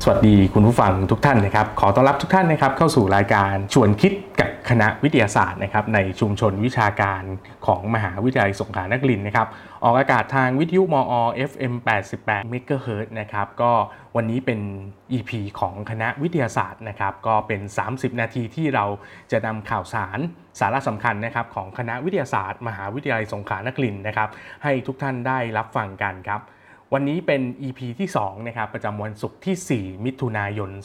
สวัสดีคุณผู้ฟังทุกท่านนะครับขอต้อนรับทุกท่านนะครับเข้าสู่รายการชวนคิดกับคณะวิทยาศาสตร์นะครับในชุมชนวิชาการของมหาวิทยาลัยสงขลานครินทร์นะครับออกอากาศทางวิทยุมอ FM 88 MHz นะครับก็วันนี้เป็น EP ของคณะวิทยาศาสตร์นะครับก็เป็น30นาทีที่เราจะนำข่าวสารสาระสำคัญนะครับของคณะวิทยาศาสตร์มหาวิทยาลัยสงขลานครินทร์นะครับให้ทุกท่านได้รับฟังกันครับวันนี้เป็น EP ที่2นะครับประจำวันศุกร์ที่4มิถุนายน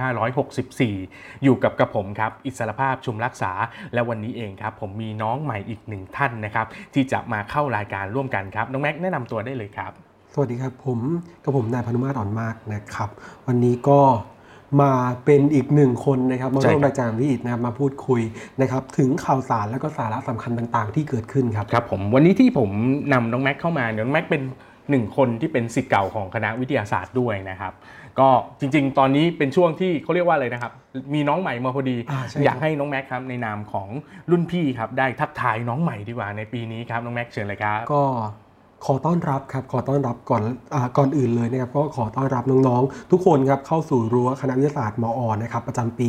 2564อยู่กับผมครับอิสรภาพชุมรักษาและวันนี้เองครับผมมีน้องใหม่อีก1ท่านนะครับที่จะมาเข้ารายการร่วมกันครับน้องแม็กแนะนำตัวได้เลยครับสวัสดีครับผมนายพานุมาตรอ่อนมากนะครับวันนี้ก็มาเป็นอีก1คนนะครับมาร่วมรายการพี่อิฐนะครับมาพูดคุยนะครับถึงข่าวสารและก็สาระสำคัญต่างๆที่เกิดขึ้นครับครับผมวันนี้ที่ผมนำน้องแม็กเข้ามาน้องแม็กเป็น1คนที่เป็นศิษย์เก่าของคณะวิทยาศาสตร์ด้วยนะครับก็จริงๆตอนนี้เป็นช่วงที่เขาเรียกว่าอะไรนะครับมีน้องใหม่มาพอดีอยากให้น้องแม็กครับในนามของรุ่นพี่ครับได้ทักทายน้องใหม่ดีกว่าในปีนี้ครับน้องแม็กเชิญเลยครับก็ขอต้อนรับครับก่อนอื่นเลยนะครับก็ขอต้อนรับน้องๆทุกคนครับเข้าสู่รั้วคณะวิทยาศาสตร์มอนะครับประจำปี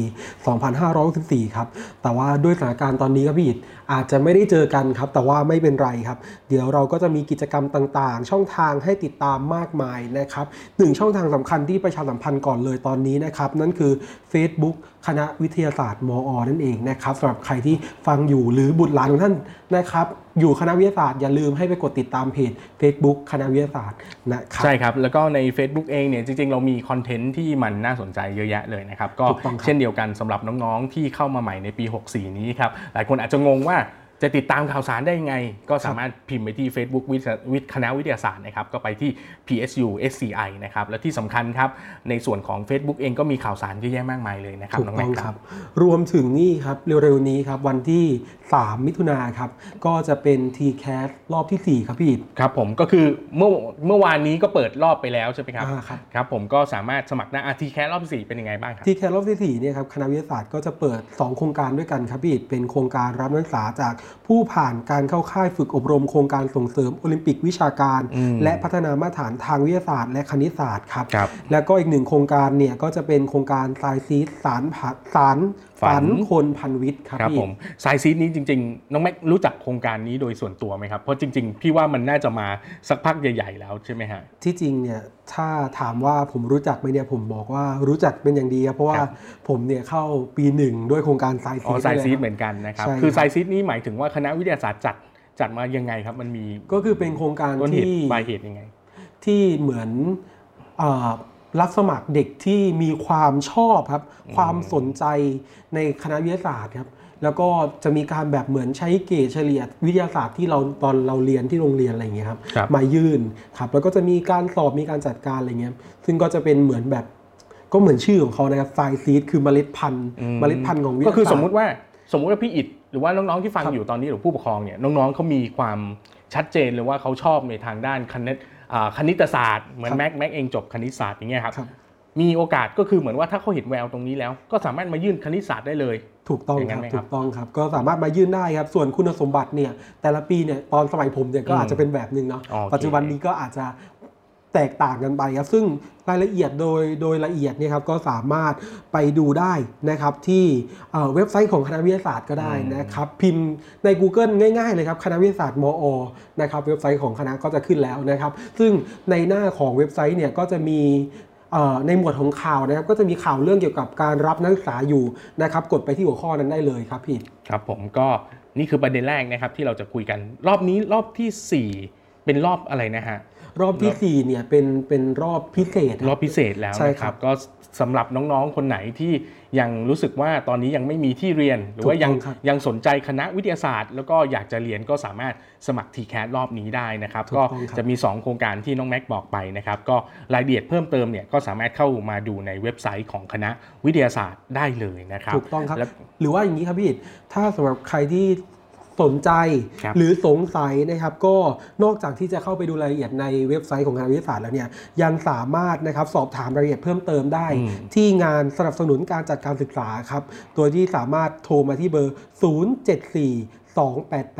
2564ครับแต่ว่าด้วยสถานการณ์ตอนนี้ครับพี่อิฐอาจจะไม่ได้เจอกันครับแต่ว่าไม่เป็นไรครับเดี๋ยวเราก็จะมีกิจกรรมต่างๆช่องทางให้ติดตามมากมายนะครับ1ช่องทางสำคัญที่ประชาสัมพันธ์ก่อนเลยตอนนี้นะครับนั่นคือ Facebook คณะวิทยาศาสตร์มอนั่นเองนะครับสำหรับใครที่ฟังอยู่หรือบุตรหลานของท่านนะครับอยู่คณะวิทยาศาสตร์อย่าลืมให้ไปกดติดตามเพจ Facebook คณะวิทยาศาสตร์นะครับใช่ครับแล้วก็ใน Facebook เองเนี่ยจริงๆเรามีคอนเทนต์ที่มันน่าสนใจเยอะแยะเลยนะครับก็เช่นเดียวกันสำหรับน้องๆที่เข้ามาใหม่ในปี64นี้ครับหลายคนอาจจะงงว่าจะติดตามข่าวสารได้ยังไงก็สามารถพิมพ์ไปที่ Facebook คณะวิทยาศาสตร์นะครับก็ไปที่ PSU SCI นะครับและที่สำคัญครับในส่วนของ Facebook เองก็มีข่าวสารเยอะแยะมากมายเลยนะครับน้องแม็กครับรวมถึงนี่ครับเร็วๆนี้ครับวันที่3มิถุนายนครับก็จะเป็น TCAS รอบที่4ครับพี่ครับผมก็คือเมื่อวานนี้ก็เปิดรอบไปแล้วใช่ไหมครับครับผมก็สามารถสมัครได้TCAS รอบที่4เป็นยังไงบ้างครับ TCAS รอบที่4เนี่ยครับคณะวิทยาศาสตร์ก็จะเปิด2โครงการด้วยกันครับพี่เป็นโครงการรับนักศึกษาจากผู้ผ่านการเข้าค่ายฝึกอบรมโครงการส่งเสริมโอลิมปิกวิชาการและพัฒนามาตรฐานทางวิทยาศาสตร์และคณิตศาสตร์ครับแล้วก็อีก1โครงการเนี่ยก็จะเป็นโครงการไซซีสสารฝันคนพันวิทย์ครับผมไซซีสนี้จริงๆน้องแม็กรู้จักโครงการนี้โดยส่วนตัวไหมครับเพราะจริงๆพี่ว่ามันน่าจะมาสักพักใหญ่ๆแล้วใช่ไหมฮะที่จริงเนี่ยถ้าถามว่าผมรู้จักไหมเนี่ยผมบอกว่ารู้จักเป็นอย่างดีครับเพราะว่าผมเนี่ยเข้าปี1ด้วยโครงการไซซีสเหมือนกันนะครับคือไซซีสนี้หมายถึงว่าคณะวิทยาศาสตร์จัดมายังไงครับมันมีก็คือเป็นโครงการที่ปลายเหตุยังไงที่เหมือนรับสมัครเด็กที่มีความชอบครับความสนใจในคณะวิทยาศาสตร์ครับแล้วก็จะมีการแบบเหมือนใช้เกรดเฉลี่ยวิทยาศาสตร์ที่เราตอนเราเรียนที่โรงเรียนอะไรอย่างเงี้ยครับมายื่นครับแล้วก็จะมีการสอบมีการจัดการอะไรเงี้ยซึ่งก็จะเป็นเหมือนแบบก็เหมือนชื่อของเขานะครับไซซีดคือเมล็ดพันธุ์ของวิทยาศาสตร์ก็คือสมมุติว่าพี่อิฐหรือว่าน้องๆที่ฟังอยู่ตอนนี้หรือผู้ปกครองเนี่ยน้องๆเขามีความชัดเจนเลยว่าเขาชอบในทางด้านคณิตศาสตร์เหมือนแม็กเองจบคณิตศาสตร์อย่างเงี้ยครับมีโอกาสก็คือเหมือนว่าถ้าเขาเห็นแววตรงนี้แล้วก็สามารถมายื่นคณิตศาสตร์ได้เลยถูกต้องครับก็สามารถมายื่นได้ครับส่วนคุณสมบัติเนี่ยแต่ละปีเนี่ยตอนสมัยผมเนี่ยก็อาจจะเป็นแบบนึงเนาะปัจจุบันนี้ก็อาจจะแตกต่างกันไปครับซึ่งรายละเอียดโดยละเอียดเนี่ยครับก็สามารถไปดูได้นะครับที่เว็บไซต์ของคณะวิทยาศาสตร์ก็ได้นะครับพิมพ์ใน Google ง่ายๆเลยครับคณะวิทยาศาสตร์มอนะครับเว็บไซต์ของคณะก็จะขึ้นแล้วนะครับซึ่งในหน้าของเว็บไซต์เนี่ยก็จะมีในหมวดของข่าวนะครับก็จะมีข่าวเรื่องเกี่ยวกับการรับนักศึกษาอยู่นะครับกดไปที่หัวข้อนั้นได้เลยครับพี่ครับผมก็นี่คือประเด็นแรกนะครับที่เราจะคุยกันรอบนี้รอบที่4เป็นรอบอะไรนะฮะรอบที่4เนี่ยเป็นรอบพิเศษแล้วนะครับก็สำหรับน้องๆคนไหนที่ยังรู้สึกว่าตอนนี้ยังไม่มีที่เรียนหรือว่ายังสนใจคณะวิทยาศาสตร์แล้วก็อยากจะเรียนก็สามารถสมัคร TCAS รอบนี้ได้นะครับก็จะมี2โครงการที่น้องแม็กบอกไปนะครับก็รายละเอียดเพิ่มเติมเนี่ยก็สามารถเข้ามาดูในเว็บไซต์ของคณะวิทยาศาสตร์ได้เลยนะครับถูกต้องครับหรือว่าอย่างนี้ครับพี่ถ้าสำหรับใครที่สนใจหรือสงสัยนะครับก็นอกจากที่จะเข้าไปดูรายละเอียดในเว็บไซต์ของคณะวิทยาศาสตร์แล้วเนี่ยยังสามารถนะครับสอบถามรายละเอียดเพิ่มเติมได้ที่งานสนับสนุนการจัดการศึกษาครับโดยที่สามารถโทรมาที่เบอร์074 288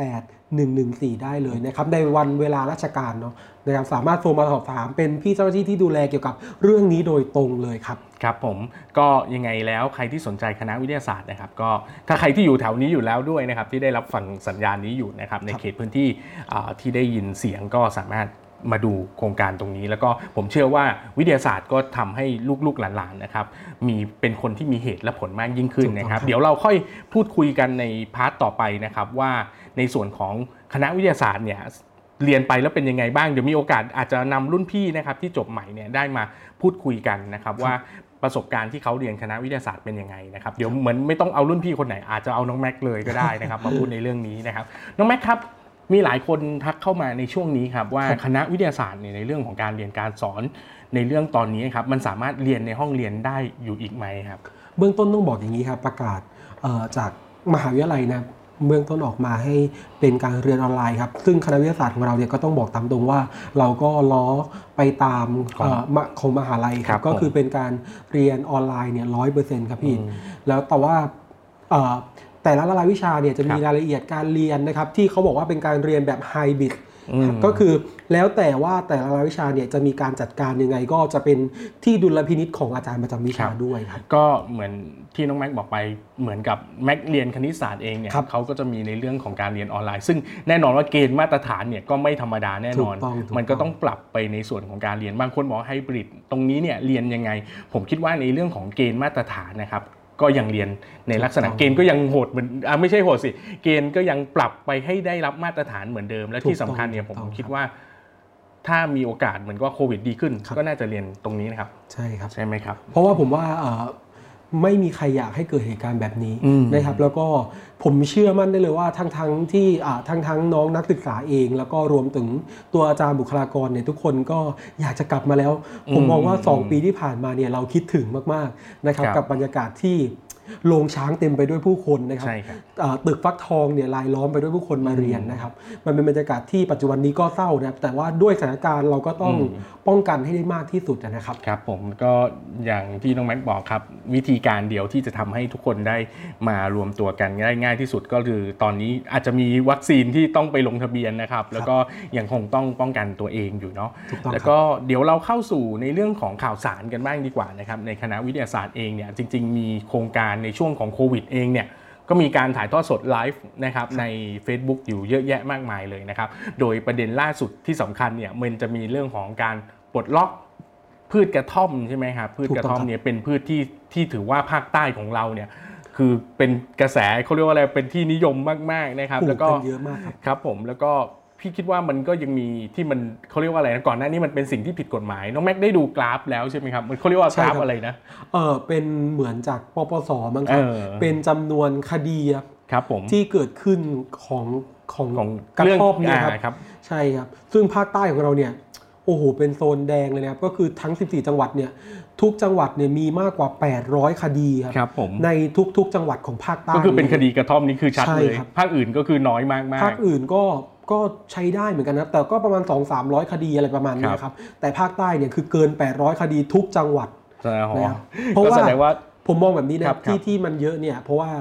114ได้เลยนะครับในวันเวลาราชการเนาะนะครับสามารถโทรมาสอบถามเป็นพี่เจ้าหน้าที่ที่ดูแลเกี่ยวกับเรื่องนี้โดยตรงเลยครับครับผมก็ยังไงแล้วใครที่สนใจคณะวิทยาศาสตร์นะครับก็ถ้าใครที่อยู่แถวนี้อยู่แล้วด้วยนะครับที่ได้รับฟังสัญญาณนี้อยู่นะครับในเขตพื้นที่ที่ได้ยินเสียงก็สามารถมาดูโครงการตรงนี้แล้วก็ผมเชื่อว่าวิทยาศาสตร์ก็ทำให้ลูกๆหลานๆนะครับมีเป็นคนที่มีเหตุและผลมากยิ่งขึ้นนะครับเดี๋ยวเราค่อยพูดคุยกันในพาร์ทต่อไปนะครับว่าในส่วนของคณะวิทยาศาสตร์เนี่ยเรียนไปแล้วเป็นยังไงบ้างเดี๋ยวมีโอกาสอาจจะนำรุ่นพี่นะครับที่จบใหม่เนี่ยได้มาพูดคุยกันนะครับว่าประสบการณ์ที่เขาเรียนคณะวิทยาศาสตร์เป็นยังไงนะครับเดี๋ยวเหมือนไม่ต้องเอารุ่นพี่คนไหนอาจจะเอาน้องแม็กเลยก็ได้นะครับมาพูดในเรื่องนี้นะครับน้องแม็กครับมีหลายคนทักเข้ามาในช่วงนี้ครับว่าคณะวิทยาศาสตร์ในเรื่องของการเรียนการสอนในเรื่องตอนนี้ครับมันสามารถเรียนในห้องเรียนได้อยู่อีกไหมครับเบื้องต้นต้องบอกอย่างนี้ครับประกาศจากมหาวิทยาลัยนะเบื้องต้นออกมาให้เป็นการเรียนออนไลน์ครับซึ่งคณะวิทยาศาสตร์ของเราเนี่ยก็ต้องบอกตามตรงว่าเราก็ล้อไปตามของมหาลัยครับก็คือเป็นการเรียนออนไลน์เนี่ย100%ครับพี่แล้วแต่ว่าแต่ละรายวิชาเนี่ยจะมีรายละเอียดการเรียนนะครับที่เขาบอกว่าเป็นการเรียนแบบไฮบริดก็คือแล้วแต่ว่าแต่ละรายวิชาเนี่ยจะมีการจัดการยังไงก็จะเป็นที่ดุลพินิจของอาจารย์ประจำวิชาด้วยครับก็เหมือนที่น้องแม็กบอกไปเหมือนกับแม็กเรียนคณิตศาสตร์เองเนี่ยเขาก็จะมีในเรื่องของการเรียนออนไลน์ซึ่งแน่นอนว่าเกณฑ์มาตรฐานเนี่ยก็ไม่ธรรมดาแน่นอนมันก็ต้องปรับไปในส่วนของการเรียนบางคนบอกไฮบริดตรงนี้เนี่ยเรียนยังไงผมคิดว่าในเรื่องของเกณฑ์มาตรฐานนะครับก็ยังเรียนในลักษณะเกณฑ์ก็ยังโหดเหมือนไม่ใช่โหดสิเกณฑ์ก็ยังปรับไปให้ได้รับมาตรฐานเหมือนเดิมและที่สำคัญเนี่ยผมคิดว่าถ้ามีโอกาสเหมือนว่าโควิดดีขึ้นก็น่าจะเรียนตรงนี้นะครับใช่ครับใช่ไหมครับเพราะว่าผมว่าไม่มีใครอยากให้เกิดเหตุการณ์แบบนี้นะครับแล้วก็ผมเชื่อมั่นได้เลยว่าทั้งที่ทั้งน้องนักศึกษาเองแล้วก็รวมถึงตัวอาจารย์บุคลากรเนี่ยทุกคนก็อยากจะกลับมาแล้วผมมองว่า2ปีที่ผ่านมาเนี่ยเราคิดถึงมากๆนะครับกับบรรยากาศที่โรงช้างเต็มไปด้วยผู้คนนะครับตึกฟักทองเนี่ยรายล้อมไปด้วยผู้คนมาเรียนนะครับมันเป็นบรรยากาศที่ปัจจุบันนี้ก็เศร้านะครับแต่ว่าด้วยสถานการณ์เราก็ต้องป้องกันให้ได้มากที่สุดนะครับครับผมก็อย่างที่น้องแม็กบอกครับวิธีการเดียวที่จะทำให้ทุกคนได้มารวมตัวกันได้ง่ายที่สุดก็คือตอนนี้อาจจะมีวัคซีนที่ต้องไปลงทะเบียนนะครับแล้วก็ยังคงต้องป้องกันตัวเองอยู่เนาะแล้วก็เดี๋ยวเราเข้าสู่ในเรื่องของข่าวสารกันบ้างดีกว่านะครับในคณะวิทยาศาสตร์เองเนี่ยจริงๆมีโครงการในช่วงของโควิดเองเนี่ยก็มีการถ่ายทอดสดไลฟ์นะครับใน Facebook อยู่เยอะแยะมากมายเลยนะครับโดยประเด็นล่าสุดที่สำคัญเนี่ยมันจะมีเรื่องของการปลดล็อกพืชกระท่อมใช่ไหมครับพืชกระท่อมเนี่ยเป็นพืชที่ถือว่าภาคใต้ของเราเนี่ยคือเป็นกระแสเขาเรียกว่าอะไรเป็นที่นิยมมากๆนะครับแล้วก็เยอะมากครับผมแล้วก็พี่คิดว่ามันก็ยังมีที่มันเขาเรียกว่าอะไรนะก่อนหน้านี้มันเป็นสิ่งที่ผิดกฎหมายน้องแม็กได้ดูกราฟแล้วใช่ไหมครับมันเขาเรียกว่ากราฟอะไรนะเป็นเหมือนจากปปสมั้งครับเป็นจำนวนคดีครับผมที่เกิดขึ้นของกระท่อมเนี่ยครับใช่ครับซึ่งภาคใต้ของเราเนี่ยโอ้โหเป็นโซนแดงเลยนะครับก็คือทั้ง14จังหวัดเนี่ยทุกจังหวัดเนี่ยมีมากกว่า800คดีครับในทุกจังหวัดของภาคใต้ก็คือเป็นคดีกระท่อมนี่คือชัดเลยภาคอื่นก็คือน้อยมากภาคอื่นก็ใช้ได้เหมือนกันนะแต่ก็ประมาณ 200-300 คดีอะไรประมาณนี้ครับแต่ภาคใต้เนี่ยคือเกิน800คดีทุกจังหวัดนะครับเพราะว่าผมมองแบบนี้นะครับที่มันเยอะเนี่ยเพราะว่า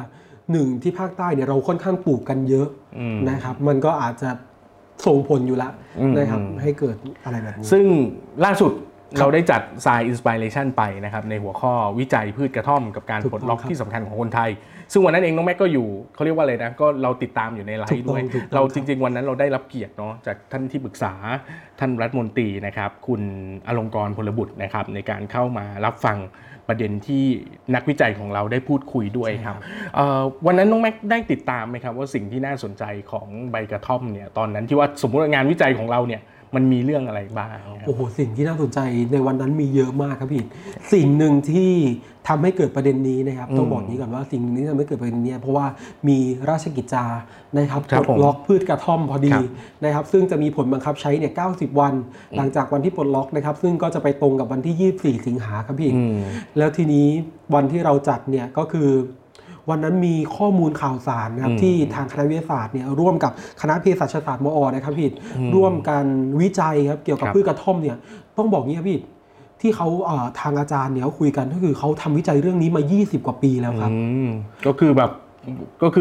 1ที่ภาคใต้เนี่ยเราค่อนข้างปลูกกันเยอะนะครับมันก็อาจจะส่งผลอยู่ละนะครับให้เกิดอะไรแบบนี้ซึ่งล่าสุดเราได้จัด Science Inspiration ไปนะครับในหัวข้อวิจัยพืชกระท่อมกับการปลดล็อกที่สำคัญของคนไทยซึ่งวันนั้นเองน้องแม็กก็อยู่เขาเรียกว่าอะไรนะก็เราติดตามอยู่ในไลฟ์ด้วยเราจริงๆวันนั้นเราได้รับเกียรติเนาะจากท่านที่ปรึกษาท่านรัฐมนตรีนะครับคุณอลงกรณ์พลบุตรนะครับในการเข้ามารับฟังประเด็นที่นักวิจัยของเราได้พูดคุยด้วยครับวันนั้นน้องแม็กได้ติดตามไหมครับว่าสิ่งที่น่าสนใจของใบกระท่อมเนี่ยตอนนั้นที่ว่าสมมติงานวิจัยของเราเนี่ยมันมีเรื่องอะไรบ้างโอ้โหสิ่งที่น่าสนใจในวันนั้นมีเยอะมากครับพี่สิ่งหนึ่งที่ทำให้เกิดประเด็นนี้นะครับต้องบอกนี้ก่อนว่าสิ่งนี้ทำให้เกิดประเด็นนี้เพราะว่ามีราชกิจจานะครับปลดล็อกพืชกระท่อมพอดีนะครับซึ่งจะมีผลบังคับใช้เนี่ย90 วันหลังจากวันที่ปลดล็อกนะครับซึ่งก็จะไปตรงกับวันที่24 สิงหาครับพี่แล้วทีนี้วันที่เราจัดเนี่ยก็คือวันนั้นมีข้อมูลข่าวสารนะครับที่ทางคณะวิทยาศาสตร์เนี่ยร่วมกับคณะเภสัชศาสตร์มอ.นะครับพี่ร่วมกันวิจัยครับเกี่ยวกับพืชกระท่อมเนี่ยต้องบอกงี้ครับพี่ที่เขาทางอาจารย์เนี่ยเขาคุยกันก็คือเขาทำวิจัยเรื่องนี้มา20 กว่าปีแล้วครับก็คือแบบก็คือ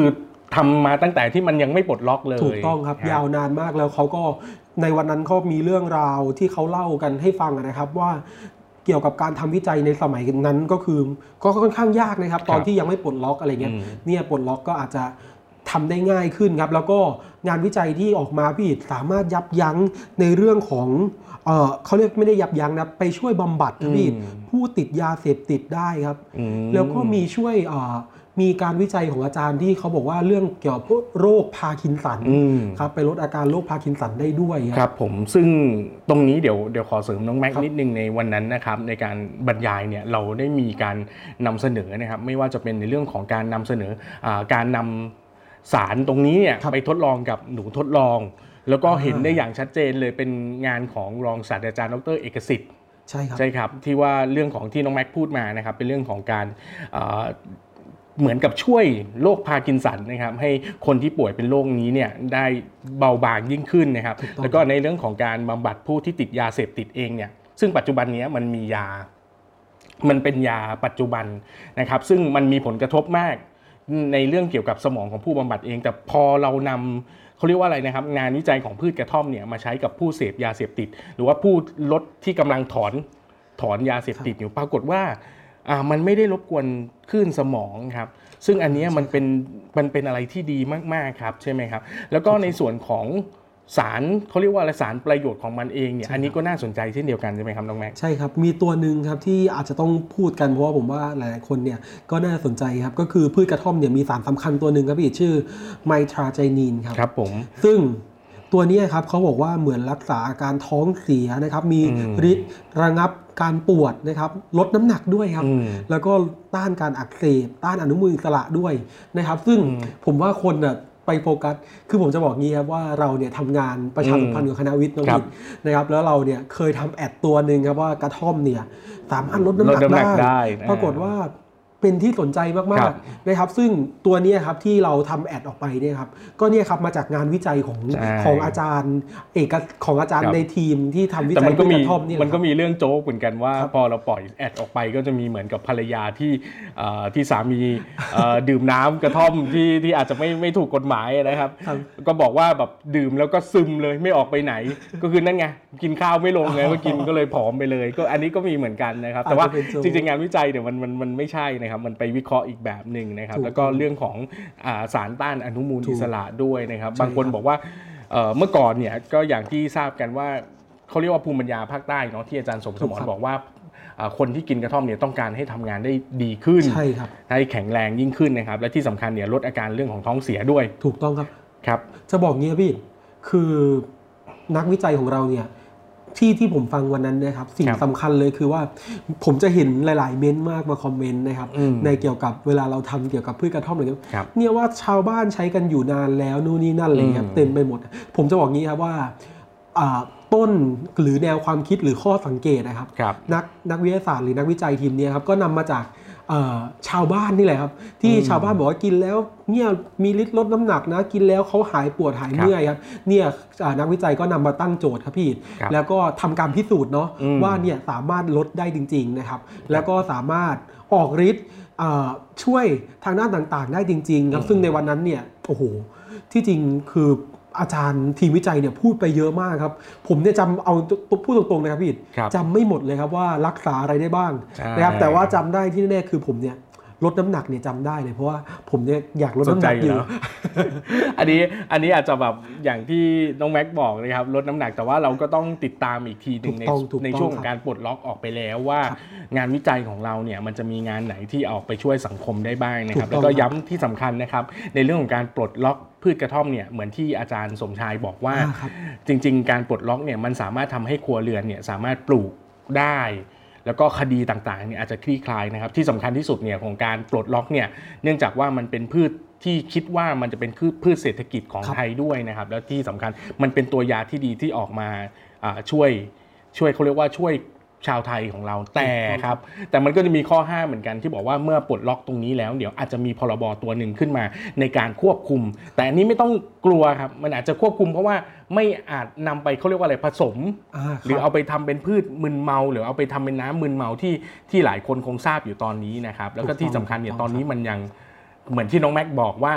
ทำมาตั้งแต่ที่มันยังไม่ปลดล็อกเลยถูกต้องครับยาวนานมากแล้วเขาก็ในวันนั้นเขามีเรื่องราวที่เขาเล่ากันให้ฟังนะครับว่าเกี่ยวกับการทำวิจัยในสมัยนั้นก็คือก็ค่อนข้างยากนะครับตอนที่ยังไม่ปลดล็อกอะไรเงี้ยเนี่ยปลดล็อกก็อาจจะทำได้ง่ายขึ้นครับแล้วก็งานวิจัยที่ออกมาพี่สามารถยับยั้งในเรื่องของเขาเรียกไม่ได้ยับยั้งนะไปช่วยบำบัดครับพี่ผู้ติดยาเสพติดได้ครับแล้วก็มีช่วยมีการวิจัยของอาจารย์ที่เขาบอกว่าเรื่องเกี่ยวกับโรคพาร์กินสันครับไปลดอาการโรคพาร์กินสันได้ด้วยครับผมซึ่งตรงนี้เดี๋ยวขอเสริมน้องแม็กนิดนึงในวันนั้นนะครับในการบรรยายเนี่ยเราได้มีการนำเสนอนะครับไม่ว่าจะเป็นในเรื่องของการนำเสนอการนำสารตรงนี้เนี่ยไปทดลองกับหนูทดลองแล้วก็เห็นได้อย่างชัดเจนเลยเป็นงานของรองศาสตราจารย์ดร.เอกสิทธิ์ใช่ครับที่ว่าเรื่องของที่น้องแม็กพูดมานะครับเป็นเรื่องของการเหมือนกับช่วยโรคพาร์กินสันนะครับให้คนที่ป่วยเป็นโรคนี้เนี่ยได้เบาบางยิ่งขึ้นนะครับแล้วก็ในเรื่องของการบำบัดผู้ที่ติดยาเสพติดเองเนี่ยซึ่งปัจจุบันนี้มันมียามันเป็นยาปัจจุบันนะครับซึ่งมันมีผลกระทบมากในเรื่องเกี่ยวกับสมองของผู้บำบัดเองแต่พอเรานำเขาเรียกว่าอะไรนะครับงานวิจัยของพืชกระท่อมเนี่ยมาใช้กับผู้เสพยาเสพติดหรือว่าผู้ลดที่กำลังถอนยาเสพติดอยู่ปรากฏว่ามันไม่ได้รบกวนคลื่นสมองครับซึ่งอันนี้มันเป็นอะไรที่ดีมากๆครับใช่ไหมครับแล้วก็ในส่วนของสารเขาเรียกว่าอะไรสารประโยชน์ของมันเองเนี่ยอันนี้ก็น่าสนใจเช่นเดียวกันใช่ไหมครับน้องแม็กใช่ครับมีตัวหนึ่งครับที่อาจจะต้องพูดกันเพราะว่าผมว่าหลายๆคนเนี่ยก็น่าสนใจครับก็คือพืชกระท่อมเนี่ยมีสารสำคัญตัวหนึ่งครับพี่ชื่อไมทราไจนีนครับครับผมซึ่งตัวนี้ครับเขาบอกว่าเหมือนรักษาอาการท้องเสียนะครับมีฤทธิ์ระงับการปวดนะครับลดน้ำหนักด้วยครับแล้วก็ต้านการอักเสบต้านอนุมูลอิสระด้วยนะครับซึ่งผมว่าคนน่ะไปโฟกัสคือผมจะบอกงี้ครับว่าเราเนี่ยทำงานประชาสัมพันธ์กับคณะวิทย์นะครับแล้วเราเนี่ยเคยทำแอดตัวหนึ่งครับว่ากระท่อมเนี่ยสามารถลดน้ำหนักได้ปรากฏว่าเป็นที่สนใจมากๆนะครับซึ่งตัวนี้ครับที่เราทำแอดออกไปเนี่ยครับก็เนี่ยครับมาจากงานวิจัยของอาจารย์ของอาจารย์ในทีมที่ทำวิจัยกระท่อมนี่มันก็มีเรื่องโจ๊กเหมือนกันว่าพอเราปล่อยแอดออกไปก็จะมีเหมือนกับภรรยาที่สามีดื่มน้ำกระท่อมที่อาจจะไม่ถูกกฎหมายนะครับก็บอกว่าแบบดื่มแล้วก็ซึมเลยไม่ออกไปไหนก็คือนั่นไงกินข้าวไม่ลงไงก็กินก็เลยผอมไปเลยก็อันนี้ก็มีเหมือนกันนะครับแต่ว่าจริงๆงานวิจัยเนี่ยมันไม่ใช่มันไปวิเคราะห์อีกแบบหนึ่งนะครับแล้วก็เรื่องของสารต้านอนุมูลอิสระด้วยนะครับบางคนบอกว่าเมื่อก่อนเนี่ยก็อย่างที่ทราบกันว่าเขาเรียกว่าภูมิปัญญาภาคใต้เนาะที่อาจารย์สมรบอกว่าคนที่กินกระท่อมเนี่ยต้องการให้ทำงานได้ดีขึ้นให้แข็งแรงยิ่งขึ้นนะครับและที่สำคัญเนี่ยลดอาการเรื่องของท้องเสียด้วยถูกต้องครับจะบอกงี้พี่คือนักวิจัยของเราเนี่ยที่ผมฟังวันนั้นนะครับสิ่งสำคัญเลยคือว่าผมจะเห็นหลายๆเม้นต์มากมาคอมเมนต์นะครับในเกี่ยวกับเวลาเราทำเกี่ยวกับพืชกระท่อมอะไรเนี่ยว่าชาวบ้านใช้กันอยู่นานแล้วนู่นนี่นั่นเลยครับเต็มไปหมดผมจะบอกงี้ครับว่าต้นหรือแนวความคิดหรือข้อสังเกตนะครับนักวิทยาศาสตร์หรือนักวิจัยทีมนี้ครับก็นำมาจากชาวบ้านนี่แหละครับที่ชาวบ้านบอกว่ากินแล้วเนี่ยมีฤทธิ์ลดน้ำหนักนะกินแล้วเขาหายปวดหายเมื่อยครับเนี่ยนักวิจัยก็นำมาตั้งโจทย์ครับพี่แล้วก็ทำการพิสูจน์เนาะว่าเนี่ยสามารถลดได้จริงๆนะครับแล้วก็สามารถออกฤทธิ์ช่วยทางด้านต่างๆได้จริงๆครับซึ่งในวันนั้นเนี่ยโอ้โหที่จริงคืออาจารย์ทีมวิจัยเนี่ยพูดไปเยอะมากครับผมเนี่ยจำเอาพูดตรงๆนะครับพี่จำไม่หมดเลยครับว่ารักษาอะไรได้บ้างนะครับแต่ว่าจำได้ที่แน่ๆคือผมเนี่ยลดน้ำหนักเนี่ยจำได้เลยเพราะว่าผมเนี่ยอยากลดน้ำหนักอยู่อันนี้อาจจะแบบอย่างที่น้องแม็กบอกนะครับลดน้ำหนักแต่ว่าเราก็ต้องติดตามอีกทีนึงในช่วงของการปลดล็อกออกไปแล้วว่างานวิจัยของเราเนี่ยมันจะมีงานไหนที่ออกไปช่วยสังคมได้บ้างนะครับแล้วก็ย้ำที่สำคัญนะครับในเรื่องของการปลดล็อกพืชกระท่อมเนี่ยเหมือนที่อาจารย์สมชายบอกว่าจริงๆการปลดล็อกเนี่ยมันสามารถทำให้ครัวเรือนเนี่ยสามารถปลูกได้แล้วก็คดีต่างๆเนี่ยอาจจะคลี่คลายนะครับที่สำคัญที่สุดเนี่ยของการปลดล็อกเนี่ยเนื่องจากว่ามันเป็นพืชที่คิดว่ามันจะเป็นพืชเศรษฐกิจของไทยด้วยนะครับแล้วที่สำคัญมันเป็นตัวยาที่ดีที่ออกมาช่วยเขาเรียกว่าช่วยชาวไทยของเราแต่มันก็จะมีข้อห้ามเหมือนกันที่บอกว่าเมื่อปลดล็อกตรงนี้แล้วเดี๋ยวอาจจะมีพรบตัวหนึ่งขึ้นมาในการควบคุมแต่อันนี้ไม่ต้องกลัวครับมันอาจจะควบคุมเพราะว่าไม่อาจนำไปเขาเรียกว่าอะไรผสมหรือเอาไปทำเป็นพืชมึนเมาหรือเอาไปทำเป็นน้ำมึนเมาที่หลายคนคงทราบอยู่ตอนนี้นะครับแล้วก็ที่สำคัญเนี่ยตอนนี้มันยังเหมือนที่น้องแม็กบอกว่า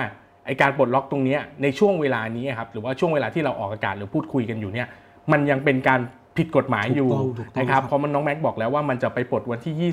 ไอการปลดล็อกตรงนี้ในช่วงเวลานี้ครับหรือว่าช่วงเวลาที่เราออกอากาศหรือพูดคุยกันอยู่เนี่ยมันยังเป็นการผิดกฎหมายอยู่นะครับเพราะมันน้องแม็กบอกแล้วว่ามันจะไปปลดวันที่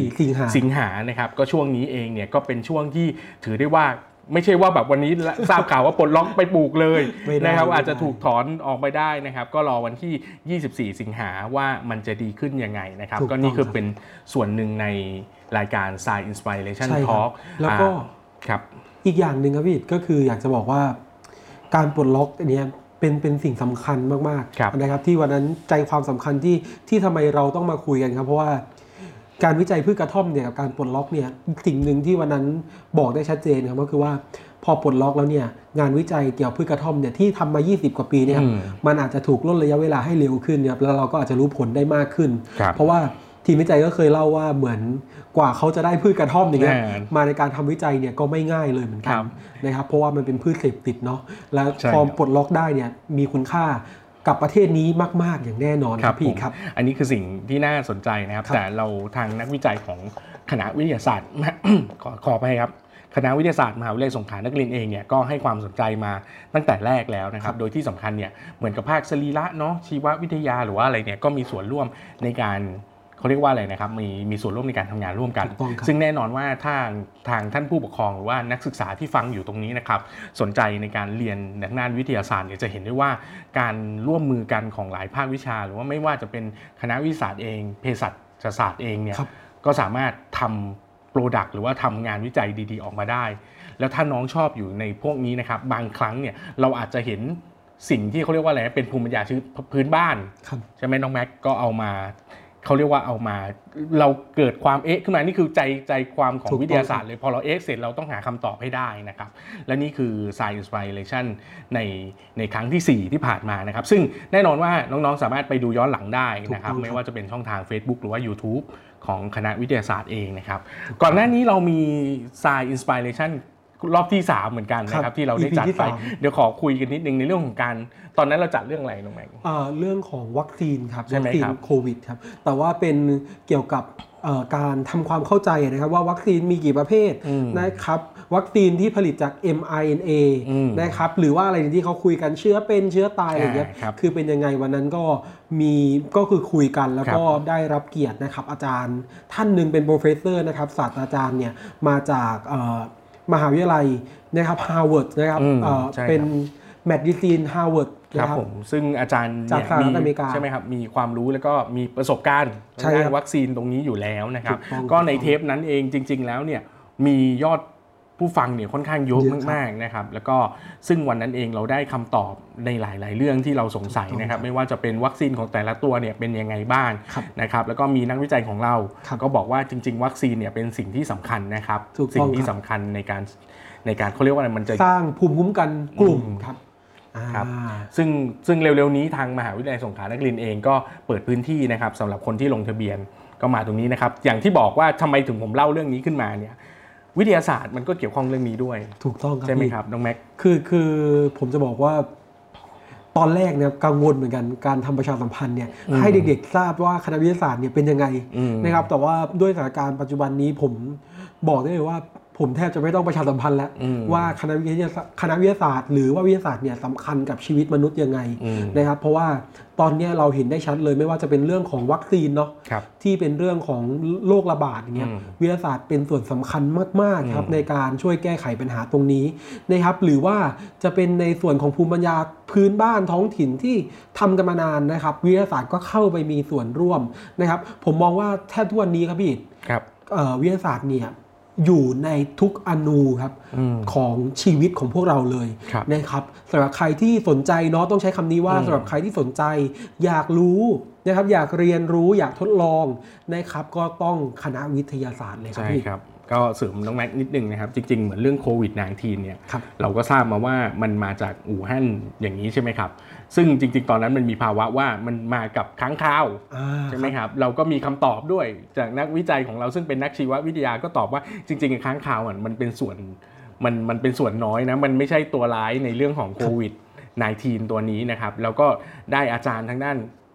24สิงหานะครับก็ช่วงนี้เองเนี่ยก็เป็นช่วงที่ถือได้ว่าไม่ใช่ว่าแบบวันนี้ทราบข่าวว่าปลดล็อกไปปลูกเลยนะครับอาจจะถูกถอนออกไปได้นะครับก็รอวันที่24สิงหาว่ามันจะดีขึ้นยังไงนะครับก็นี่คือเป็นส่วนหนึ่งในรายการ Science Inspiration Talk แล้วก็ครับอีกอย่างหนึ่งครับพี่ก็คืออยากจะบอกว่าการปลดล็อกอันนี้เป็นสิ่งสำคัญมากๆนะครับที่วันนั้นใจความสำคัญที่ทำไมเราต้องมาคุยกันครับเพราะว่าการวิจัยพืชกระท่อมเนี่ยกับการปลดล็อกเนี่ยสิ่งหนึ่งที่วันนั้นบอกได้ชัดเจนครับก็คือว่าพอปลดล็อกแล้วเนี่ยงานวิจัยเกี่ยวกับพืชกระท่อมเนี่ยที่ทำมา20กว่าปีเนี่ยมันอาจจะถูกลดระยะเวลาให้เร็วขึ้นเนี่ยแล้วเราก็อาจจะรู้ผลได้มากขึ้นเพราะว่าทีมวิจัยก็เคยเล่าว่าเหมือนกว่าเขาจะได้พืชกระท่อมอย่างเงี้ยมาในการทำวิจัยเนี่ยก็ไม่ง่ายเลยเหมือนกันนะครับเพราะว่ามันเป็นพืชเสพติดเนาะแล้วพอปลดล็อกได้เนี่ยมีคุณค่ากับประเทศนี้มากๆอย่างแน่นอนครับพี่ครับอันนี้คือสิ่งที่น่าสนใจนะครับแต่เราทางนักวิจัยของคณะวิทยาศาสตร์ ขอไปครับคณะวิทยาศาสตร์มหาวิทยาลัยสงขลานครินทร์เองเนี่ยก็ให้ความสนใจมาตั้งแต่แรกแล้วนะครับโดยที่สำคัญเนี่ยเหมือนกับภาคสรีระเนาะชีววิทยาหรือว่าอะไรเนี่ยก็มีส่วนร่วมในการเขาเรียกว่าอะไรนะครับมีส่วนร่วมในการทำงานร่วมกันซึ่งแน่นอนว่าทางท่านผู้ปกครองหรือว่านักศึกษาที่ฟังอยู่ตรงนี้นะครับสนใจในการเรียนด้านวิทยาศาสตร์เนี่ยจะเห็นได้ว่าการร่วมมือกันของหลายภาควิชาหรือว่าไม่ว่าจะเป็นคณะวิทยาศาสตร์เองเภสัชศาสตร์เองเนี่ยก็สามารถทำโปรดักต์หรือว่าทำงานวิจัยดีๆออกมาได้แล้วถ้าน้องชอบอยู่ในพวกนี้นะครับบางครั้งเนี่ยเราอาจจะเห็นสิ่งที่เขาเรียกว่าอะไรเป็นภูมิปัญญาพื้นบ้านใช่ไหมน้องแม็กก็เอามาเขาเรียกว่าเอามาเราเกิดความขึ้นมานี่คือใจความของวิทยาศาสตร์เลยพอเราเสร็จเราต้องหาคำตอบให้ได้นะครับและนี่คือ Science Inspiration ในครั้งที่4ที่ผ่านมานะครับซึ่งแน่นอนว่าน้องๆสามารถไปดูย้อนหลังได้นะครับไม่ว่าจะเป็นช่องทาง Facebook หรือว่า YouTube ของคณะวิทยาศาสตร์เองนะครับก่อนหน้านี้เรามี Science Inspiration รอบที่3เหมือนกันนะครับที่เราได้จัดไปเดี๋ยวขอคุยกันนิดนึงในเรื่องของการตอนนั้นเราจัดเรื่องอะไรน้องแม็กเรื่องของวัคซีนครับวัคซีนโควิดครับแต่ว่าเป็นเกี่ยวกับการทำความเข้าใจนะครับว่าวัคซีนมีกี่ประเภทนะครับวัคซีนที่ผลิตจาก mRNA นะครับหรือว่าอะไรที่เขาคุยกันเชื้อเป็นเชื้อตายอะไรอย่างเงี้ยคือเป็นยังไงวันนั้นก็คือคุยกันแล้วก็ได้รับเกียรตินะครับอาจารย์ท่านหนึ่งเป็นโปรเฟสเซอร์นะครับศาสตราจารย์เนี่ยมาจากมหาวิทยาลัยนะครับฮาร์วาร์ดนะครับเป็นแมดดิซีนฮาร์วาร์ดครับผมซึ่งอาจารย์จากสหรัฐอเมริกาใช่ไหมครับมีความรู้แล้วก็มีประสบการณ์ด้านวัคซีนตรงนี้อยู่แล้วนะครับก็ในเทปนั้นเองจริงๆแล้วเนี่ยมียอดผู้ฟังเนี่ยค่อนข้างเยอะมากๆนะครับแล้วก็ซึ่งวันนั้นเองเราได้คำตอบในหลายๆเรื่องที่เราสงสัยนะครับไม่ว่าจะเป็นวัคซีนของแต่ละตัวเนี่ยเป็นยังไงบ้างนะครับแล้วก็มีนักวิจัยของเราก็บอกว่าจริงๆวัคซีนเนี่ยเป็นสิ่งที่สำคัญนะครับสิ่งที่สำคัญในการเขาเรียกว่าอะไรมันจะสร้างภูมิคุ้มกันกลุ่มครับซึ่งเร็วๆนี้ทางมหาวิทยาลัยสงขลานครินทร์เองก็เปิดพื้นที่นะครับสำหรับคนที่ลงทะเบียนก็มาตรงนี้นะครับอย่างที่บอกว่าทำไมถึงผมเล่าเรื่องนี้ขึ้นมาเนี่ยวิทยาศาสตร์มันก็เกี่ยวข้องเรื่องนี้ด้วยถูกต้องครับใช่ไหมครับน้องแม็กคือผมจะบอกว่าตอนแรกเนี่ยกังวลเหมือนกันการทำประชาสัมพันธ์เนี่ยให้เด็กๆทราบว่าคณะวิทยาศาสตร์เนี่ยเป็นยังไงนะครับแต่ว่าด้วยสถานการณ์ปัจจุบันนี้ผมบอกได้เลยว่าผมแทบจะไม่ต้องประชาสัมพันธ์แล้วว่าคณะวิทยาศาสตร์หรือว่าวิทยาศาสตร์เนี่ยสำคัญกับชีวิตมนุษย์ยังไงนะครับเพราะว่าตอนนี้เราเห็นได้ชัดเลยไม่ว่าจะเป็นเรื่องของวัคซีนเนาะที่เป็นเรื่องของโรคระบาดอย่างเงี้ยวิทยาศาสตร์เป็นส่วนสำคัญมากๆครับในการช่วยแก้ไขปัญหาตรงนี้นะครับหรือว่าจะเป็นในส่วนของภูมิปัญญาพื้นบ้านท้องถิ่นที่ทำกันมานานนะครับวิทยาศาสตร์ก็เข้าไปมีส่วนร่วมนะครับผมมองว่าแทบทุกวันนี้ครับพี่วิทยาศาสตร์เนี่ยอยู่ในทุกอนูครับของชีวิตของพวกเราเลยนะครับสำหรับใครที่สนใจเนาะต้องใช้คำนี้ว่าสำหรับใครที่สนใจอยากรู้นะครับอยากเรียนรู้อยากทดลองนะครับก็ต้องคณะวิทยาศาสตร์เลยครับพี่ครับก็เสริมน้องแม็กนิดนึงนะครับจริงๆเหมือนเรื่องโควิด -19 เนี่ยเราก็ทราบมาว่ามันมาจากอู่ฮั่นอย่างนี้ใช่ไหมครับซึ่งจริงๆตอนนั้นมันมีภาวะว่ามันมากับค้างคาวใช่ไหมครับเราก็มีคำตอบด้วยจากนักวิจัยของเราซึ่งเป็นนักชีววิทยาก็ตอบว่าจริงๆค้างคาวมันเป็นส่วนน้อยนะมันไม่ใช่ตัวร้ายในเรื่องของโควิด -19 ตัวนี้นะครับแล้วก็ได้อาจารย์ทางด้าน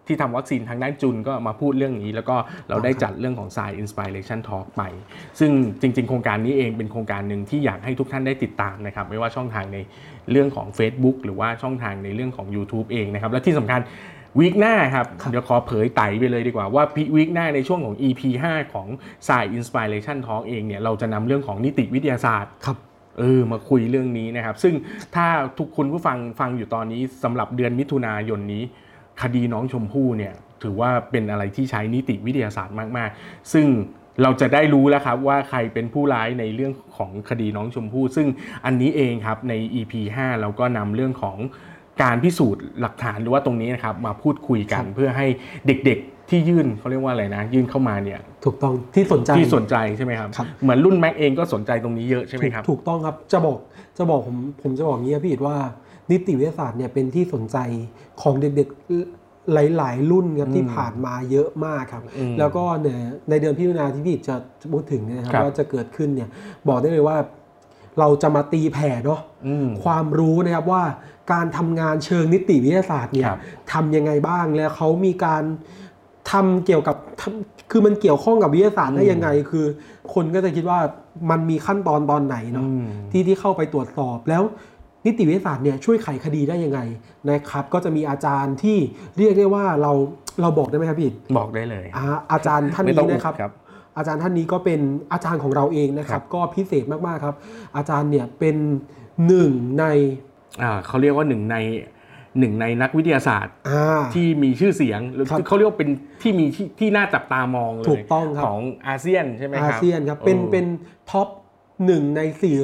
ที่ทำวัคซีนทางด้านจุลก็มาพูดเรื่องนี้แล้วก็เราได้จัดเรื่องของ Science Inspiration Talk ไปซึ่งจริงๆโครงการนี้เองเป็นโครงการหนึ่งที่อยากให้ทุกท่านได้ติดตามนะครับไม่ว่าช่องทางในเรื่องของ Facebook หรือว่าช่องทางในเรื่องของ YouTube เองนะครับและที่สำคัญวีคหน้าครับเดี๋ยวขอเผยไต่ไปเลยดีกว่าว่าวีคหน้าในช่วงของ EP 5 ของ Science Inspiration Talk เองเนี่ยเราจะนำเรื่องของนิติวิทยาศาสตร์มาคุยเรื่องนี้นะครับซึ่งถ้าทุกคนผู้ฟังอยู่ตอนนี้สำหรับเดือนมิถุนายนนี้คดีน้องชมพู่เนี่ยถือว่าเป็นอะไรที่ใช้นิติวิทยาศาสตร์มากๆซึ่งเราจะได้รู้แล้วครับว่าใครเป็นผู้ร้ายในเรื่องของคดีน้องชมพู่ซึ่งอันนี้เองครับใน EP 5 เราก็นำเรื่องของการพิสูจน์หลักฐานหรือว่าตรงนี้นะครับมาพูดคุยกันเพื่อให้เด็กๆที่ยื่นเขาเรียกว่าอะไรนะยื่นเข้ามาเนี่ยถูกต้องที่สนใจใช่ไหมครับเหมือนรุ่นแม็กเองก็สนใจตรงนี้เยอะใช่ไหมครับถูกต้องครับจะบอกผมจะบอกงี้พี่อิฐว่านิติวิทยาศาสตร์เนี่ยเป็นที่สนใจของเด็กๆหลายๆรุ่นครับที่ผ่านมาเยอะมากครับแล้วก็เนี่ยในเดือนพิจารณาที่พี่จะพูดถึงนะครับว่าจะเกิดขึ้นเนี่ยบอกได้เลยว่าเราจะมาตีแผ่เนาะความรู้นะครับว่าการทำงานเชิงนิติวิทยาศาสตร์เนี่ยทำยังไงบ้างแล้วเขามีการทำเกี่ยวกับคือมันเกี่ยวข้องกับวิทยาศาสตร์ได้ยังไงคือคนก็จะคิดว่ามันมีขั้นตอนไหนเนาะที่เข้าไปตรวจสอบแล้วนิติวิทยาศาสตร์เนี่ยช่วยไขคดีได้ยังไงนะครับก็จะมีอาจารย์ที่เรียกได้ว่าเราบอกได้ไหมครับพี่บอกได้เลยอาจารย์ท่านนี้นะครับอาจารย์ท่านนี้ก็เป็นอาจารย์ของเราเองนะครับก็พิเศษมากๆครับอาจารย์เนี่ยเป็นหนึ่งในเขาเรียกว่าหนึ่งในนักวิทยาศาสตร์ที่มีชื่อเสียงหรือเขาเรียกว่าเป็นที่มีที่น่าจับตามองเลยถูกต้องครับของอาเซียนใช่ไหมครับอาเซียนครับเป็นท็อป1 ใน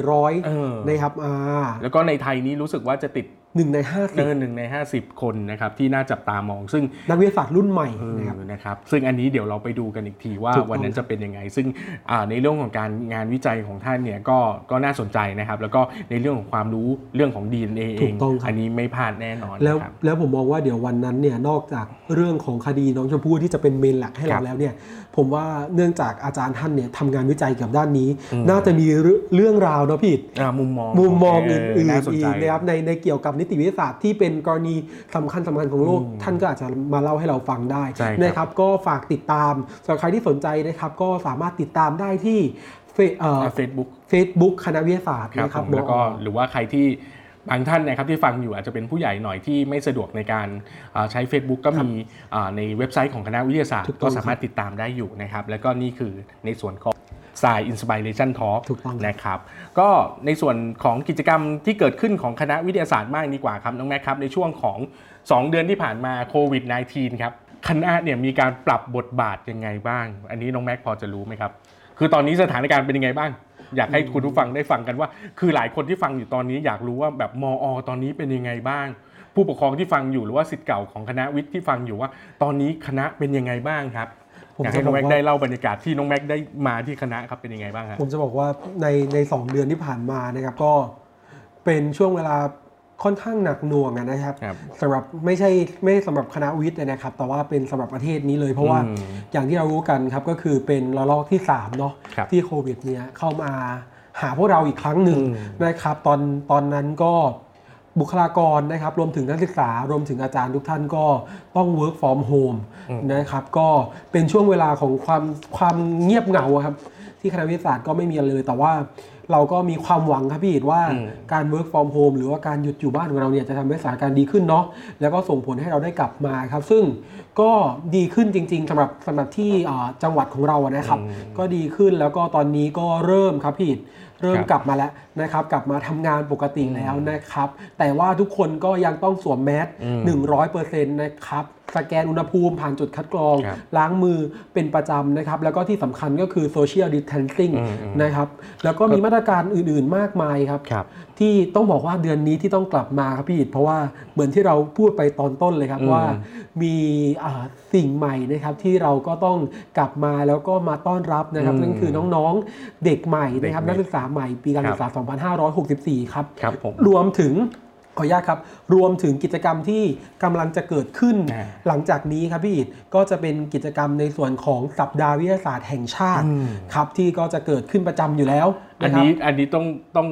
400นะครับแล้วก็ในไทยนี้รู้สึกว่าจะติด 1 ใน 50 1 ใน 50 คนนะครับที่น่าจับตามองซึ่งนักวิทยาศาสตร์รุ่นใหม่นะครับซึ่งอันนี้เดี๋ยวเราไปดูกันอีกทีว่าวันนั้นจะเป็นยังไงซึ่งในเรื่องของการงานวิจัยของท่านเนี่ยก็น่าสนใจนะครับแล้วก็ในเรื่องของความรู้เรื่องของ DNA เองอันนี้ไม่พลาดแน่นอนแล้วผมมองว่าเดี๋ยววันนั้นเนี่ยนอกจากเรื่องของคดีน้องชมพู่ที่จะเป็นเมนหลักให้เราแล้วเนี่ยผมว่าเนื่องจากอาจารย์ท่านเนี่ยทำงานวิจัยเกี่ยวกับด้านนี้น่าจะมีเรื่องราวเนาะพี่มุมมองอื่นๆอีกนะครับในเกี่ยวกับนิติวิทยาศาสตร์ที่เป็นกรณีสำคัญของโลกท่านก็อาจจะมาเล่าให้เราฟังได้นะครับก็ฝากติดตามสำหรับใครที่สนใจนะครับก็สามารถติดตามได้ที่ Facebook คณะวิทยาศาสตร์นะครับแล้วก็หรือว่าใครที่บางท่านนะครับที่ฟังอยู่อาจจะเป็นผู้ใหญ่หน่อยที่ไม่สะดวกในการใช้ Facebook ก็มีในเว็บไซต์ของคณะวิทยาศาสตร์ก็สามารถติดตามได้อยู่นะครับแล้วก็นี่คือในส่วนของScience Inspiration Talk นะครับก็ในส่วนของกิจกรรมที่เกิดขึ้นของคณะวิทยาศาสตร์มากดีกว่าครับน้องแม็กครับในช่วงของ2 เดือนที่ผ่านมาโควิด -19 ครับคณะเนี่ยมีการปรับบทบาทยังไงบ้างอันนี้น้องแม็กพอจะรู้ไหมครับคือตอนนี้สถานการณ์เป็นยังไงบ้างอยากให้คุณผู้ฟังได้ฟังกันว่าคือหลายคนที่ฟังอยู่ตอนนี้อยากรู้ว่าแบบมอ.ตอนนี้เป็นยังไงบ้างผู้ปกครองที่ฟังอยู่หรือว่าศิษย์เก่าของคณะวิทย์ที่ฟังอยู่ว่าตอนนี้คณะเป็นยังไงบ้างครับอยากให้น้องแม็กได้เล่าบรรยากาศที่น้องแม็กได้มาที่คณะครับเป็นยังไงบ้างครับผมจะบอกว่าใน2 เดือนที่ผ่านมานะครับก็เป็นช่วงเวลาค่อนข้างหนักหน่วงนะครับสำหรับไม่สำหรับคณะวิทย์นะครับแต่ว่าเป็นสำหรับประเทศนี้เลยเพราะว่าอย่างที่เรารู้กันครับก็คือเป็นระลอกที่3เนาะที่โควิดเนี่ยเข้ามาหาพวกเราอีกครั้งหนึ่งนะครับตอนนั้นก็บุคลากรนะครับรวมถึงนักศึกษารวมถึงอาจารย์ทุกท่านก็ต้อง work from home นะครับก็เป็นช่วงเวลาของความเงียบเหงาครับที่คณะวิทยาศาสตร์ก็ไม่มีอะไรเลยแต่ว่าเราก็มีความหวังครับพี่ว่าการ work from home หรือว่าการหยุดอยู่บ้านของเราเนี่ยจะทำให้สถานการณ์ดีขึ้นเนาะแล้วก็ส่งผลให้เราได้กลับมาครับซึ่งก็ดีขึ้นจริงๆสำหรับที่จังหวัดของเรานะครับก็ดีขึ้นแล้วก็ตอนนี้ก็เริ่มครับพี่เริ่มกลับมาแล้วนะครับกลับมาทำงานปกติแล้วนะครับแต่ว่าทุกคนก็ยังต้องสวมแมส 100% นะครับสแกนอุณหภูมิผ่านจุดคัดกรองล้างมือเป็นประจำนะครับแล้วก็ที่สำคัญก็คือ social distancing นะครับแล้วก็มีมาตรการอื่นๆมากมายครับที่ต้องบอกว่าเดือนนี้ที่ต้องกลับมาครับพี่เพราะว่าเหมือนที่เราพูดไปตอนต้นเลยครับว่ามีสิ่งใหม่นะครับที่เราก็ต้องกลับมาแล้วก็มาต้อนรับนะครับนั่นคือน้องๆเด็กใหม่นะครับนักศึกษาใหม่ปีการศึกษา 2564 ครับรวมถึงขออนุญาตครับรวมถึงกิจกรรมที่กำลังจะเกิดขึ้นหลังจากนี้ครับพี่ก็จะเป็นกิจกรรมในส่วนของสัปดาห์วิทยาศาสตร์แห่งชาติครับที่ก็จะเกิดขึ้นประจำอยู่แล้วอันนี้ต้อง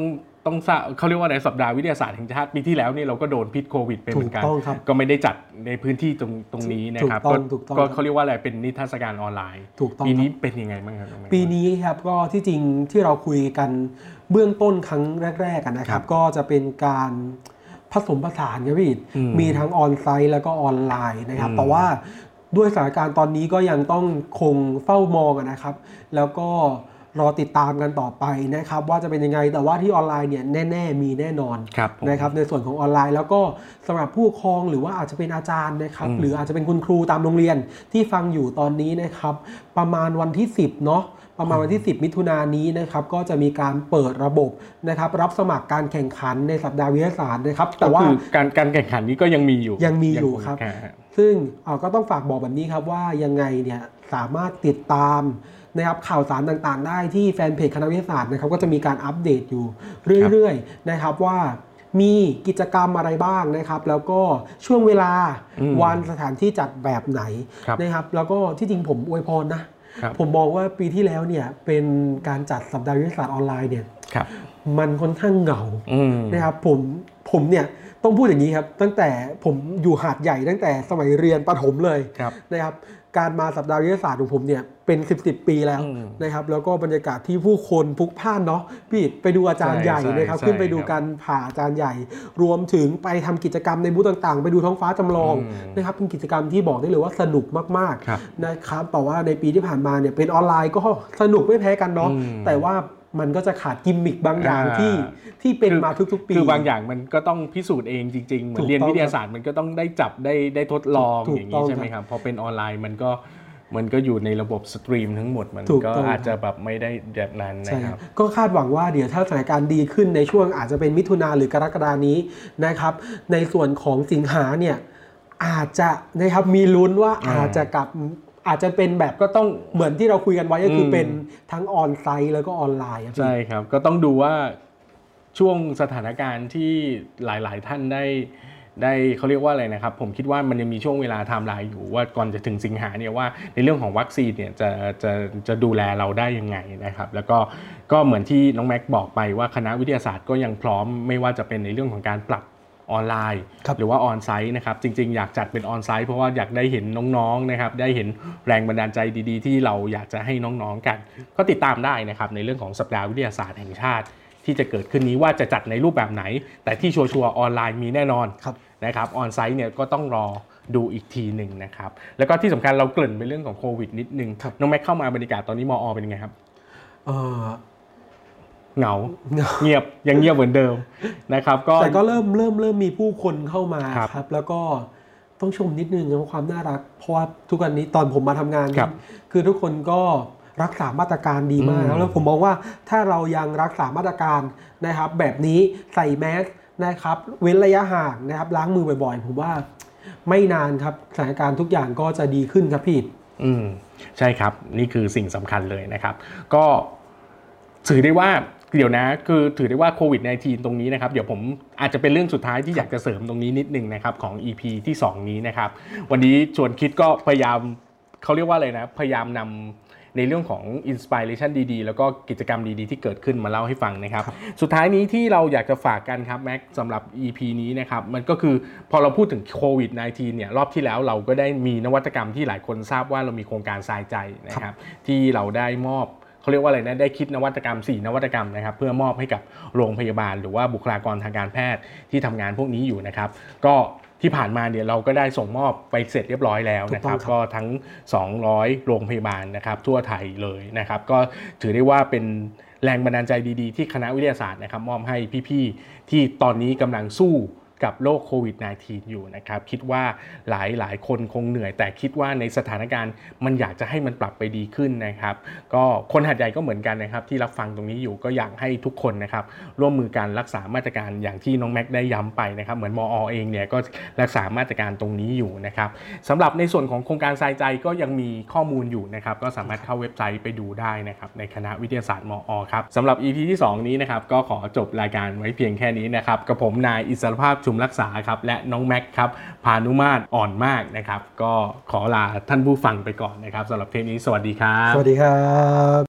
ต้องเขาเรียกว่าในสัปดาห์วิทยาศาสตร์แห่งชาติปีที่แล้วนี่เราก็โดนพิษโควิดไปเหมือนกันก็ไม่ได้จัดในพื้นที่ตรงนี้นะครับก็เขาเรียกว่าอะไรเป็นนิทรรศการออนไลน์ปีนี้เป็นยังไงบ้างครับปีนี้ครับก็ที่จริงที่เราคุยกันเบื้องต้นครั้งแรกๆกันนะครับก็จะเป็นการผสมผสานครับพี่มีทั้งออนไซต์แล้วก็ออนไลน์นะครับแต่ว่าด้วยสถานการณ์ตอนนี้ก็ยังต้องคงเฝ้ามองนะครับแล้วก็รอติดตามกันต่อไปนะครับว่าจะเป็นยังไงแต่ว่าที่ออนไลน์เนี่ยแน่ๆมีแน่นอนนะครับในส่วนของออนไลน์แล้วก็สำหรับผู้ปกครองหรือว่าอาจจะเป็นอาจารย์นะครับหรืออาจจะเป็นคุณครูตามโรงเรียนที่ฟังอยู่ตอนนี้นะครับประมาณวันที่10เนาะประมาณวันที่10มิถุนายนนี้นะครับก็จะมีการเปิดระบบนะครับรับสมัครการแข่งขันในสัปดาห์วิทยาศาสตร์นะครับแต่ว่าการแข่งขันนี้ก็ยังมีอยู่ครับซึ่งก็ต้องฝากบอกแบบนี้ครับว่ายังไงเนี่ยสามารถติดตามนะครับข่าวสารต่างๆได้ที่แฟนเพจคณะวิทยาศาสตร์นะครับก็จะมีการอัปเดตอยู่เรื่อยๆนะครับว่ามีกิจกรรมอะไรบ้างนะครับแล้วก็ช่วงเวลาวันสถานที่จัดแบบไหนนะครับแล้วก็ที่จริงผมอวยพรนะผมมองว่าปีที่แล้วเนี่ยเป็นการจัดสัปดาห์วิทยาศาสตร์ออนไลน์เนี่ยมันค่อนข้างเหงานะครับผมเนี่ยต้องพูดอย่างนี้ครับตั้งแต่ผมอยู่หาดใหญ่ตั้งแต่สมัยเรียนประถมเลยนะครับการมาสัปดาห์วิทยาศาสตร์ของผมเนี่ยเป็น10 ปีแล้วนะครับแล้วก็บรรยากาศที่ผู้คนพลุกพล่านเนาะพี่ไปดูอาจารย์ใหญ่นะครับขึ้นไปดูการผ่าอาจารย์ใหญ่รวมถึงไปทำกิจกรรมในบูธต่างๆไปดูท้องฟ้าจำลองนะครับเป็นกิจกรรมที่บอกได้เลยว่าสนุกมากๆนะครับแต่ว่าในปีที่ผ่านมาเนี่ยเป็นออนไลน์ก็สนุกไม่แพ้กันเนาะแต่ว่ามันก็จะขาดกิมมิคบางอย่างที่เป็นมาทุกๆปีคือบางอย่างมันก็ต้องพิสูจน์เองจริงๆเหมือนเรียนวิทยาศาสตร์มันก็ต้องได้จับได้ทดลองอย่างนี้ใช่ไหมครับพอเป็นออนไลน์มันก็อยู่ในระบบสตรีมทั้งหมดมันก็อาจจะแบบไม่ได้แบบนั้นนะครับก็คาดหวังว่าเดี๋ยวถ้าสถานการณ์ดีขึ้นในช่วงอาจจะเป็นมิถุนาหรือกรกฎานี้นะครับในส่วนของสิงหาเนี่ยอาจจะนะครับมีลุ้นว่าอาจจะเป็นแบบก็ต้องเหมือนที่เราคุยกันไว้ก็คือเป็นทั้งออนไซต์แล้วก็ออนไลน์ใช่ครับก็ต้องดูว่าช่วงสถานการณ์ที่หลายๆท่านได้เขาเรียกว่าอะไรนะครับผมคิดว่ามันยังมีช่วงเวลาไทม์ไลน์อยู่ว่าก่อนจะถึงสิงหาเนี่ยว่าในเรื่องของวัคซีนเนี่ยจะดูแลเราได้ยังไงนะครับแล้วก็เหมือนที่น้องแม็กบอกไปว่าคณะวิทยาศาสตร์ก็ยังพร้อมไม่ว่าจะเป็นในเรื่องของการปรับออนไลน์หรือว่าออนไซต์นะครับจริงๆอยากจัดเป็นออนไซต์เพราะว่าอยากได้เห็นน้องๆนะครับได้เห็นแรงบันดาลใจดีๆที่เราอยากจะให้น้องๆกันก็ติดตามได้นะครับในเรื่องของสัปดาห์วิทยาศาสตร์แห่งชาติที่จะเกิดขึ้นนี้ว่าจะจัดในรูปแบบไหนแต่ที่ชัวร์ออนไลน์มีแน่นอนนะครับออนไซต์เนี่ยก็ต้องรอดูอีกทีหนึ่งนะครับแล้วก็ที่สำคัญเราเกริ่นไปเรื่องของโควิดนิดนึงน้องแม็กเข้ามาบรรยากาศตอนนี้มอเป็นยังไงครับเหงาเงียบยังเงียบเหมือนเดิมนะครับแต่ก็เริ่มมีผู้คนเข้ามาครับแล้วก็ต้องชมนิดนึงนะความน่ารักเพราะว่าทุกวันนี้ตอนผมมาทำงานคือทุกคนก็รักษามาตรการดีมากแล้วผมมองว่าถ้าเรายังรักษามาตรการนะครับแบบนี้ใส่แมสนะครับเว้นระยะห่างนะครับล้างมือบ่อยๆผมว่าไม่นานครับสถานการณ์ทุกอย่างก็จะดีขึ้นครับพี่ใช่ครับนี่คือสิ่งสำคัญเลยนะครับก็ถือได้ว่าเดี๋ยวนะคือถือได้ว่าโควิด -19 ตรงนี้นะครับเดี๋ยวผมอาจจะเป็นเรื่องสุดท้ายที่อยากจะเสริมตรงนี้นิดนึงนะครับของ EP ที่2นี้นะครับวันนี้ชวนคิดก็พยายามเขาเรียกว่าอะไรนะพยายามนำในเรื่องของอินสปิเรชันดีๆแล้วก็กิจกรรมดีๆที่เกิดขึ้นมาเล่าให้ฟังนะครับสุดท้ายนี้ที่เราอยากจะฝากกันครับแม็กสำหรับ EP นี้นะครับมันก็คือพอเราพูดถึงโควิด -19 เนี่ยรอบที่แล้วเราก็ได้มีนวัตกรรมที่หลายคนทราบว่าเรามีโครงการทรายใจนะครับที่เราได้มอบเขาเรียกว่าอะไรนะได้คิดนวัตกรรม4นวัตกรรมนะครับเพื่อมอบให้กับโรงพยาบาลหรือว่าบุคลากรทางการแพทย์ที่ทำงานพวกนี้อยู่นะครับก็ที่ผ่านมาเนี่ยเราก็ได้ส่งมอบไปเสร็จเรียบร้อยแล้วนะครับก็ทั้ง200โรงพยาบาลนะครับทั่วไทยเลยนะครับก็ถือได้ว่าเป็นแรงบันดาลใจดีๆที่คณะวิทยาศาสตร์นะครับมอบให้พี่ๆที่ตอนนี้กำลังสู้กับโรคโควิด -19 อยู่นะครับคิดว่าหลายคนคงเหนื่อยแต่คิดว่าในสถานการณ์มันอยากจะให้มันปรับไปดีขึ้นนะครับก็คนหาดใหญ่ก็เหมือนกันนะครับที่รับฟังตรงนี้อยู่ก็อยากให้ทุกคนนะครับร่วมมือกันรักษามาตรการอย่างที่น้องแม็กได้ย้ำไปนะครับเหมือนมอ.เองเนี่ยก็รักษามาตรการตรงนี้อยู่นะครับสำหรับในส่วนของโครงการทรายใจก็ยังมีข้อมูลอยู่นะครับก็สามารถเข้าเว็บไซต์ไปดูได้นะครับในคณะวิทยาศาสตร์มอ.ครับสำหรับ EP ที่2นี้นะครับก็ขอจบรายการไว้เพียงแค่นี้นะครับกับผมนายอิสรภาพชุมรักษาครับและน้องแม็กครับพานุมาตรอ่อนมากนะครับก็ขอลาท่านผู้ฟังไปก่อนนะครับสำหรับเทปนี้สวัสดีครับสวัสดีครับ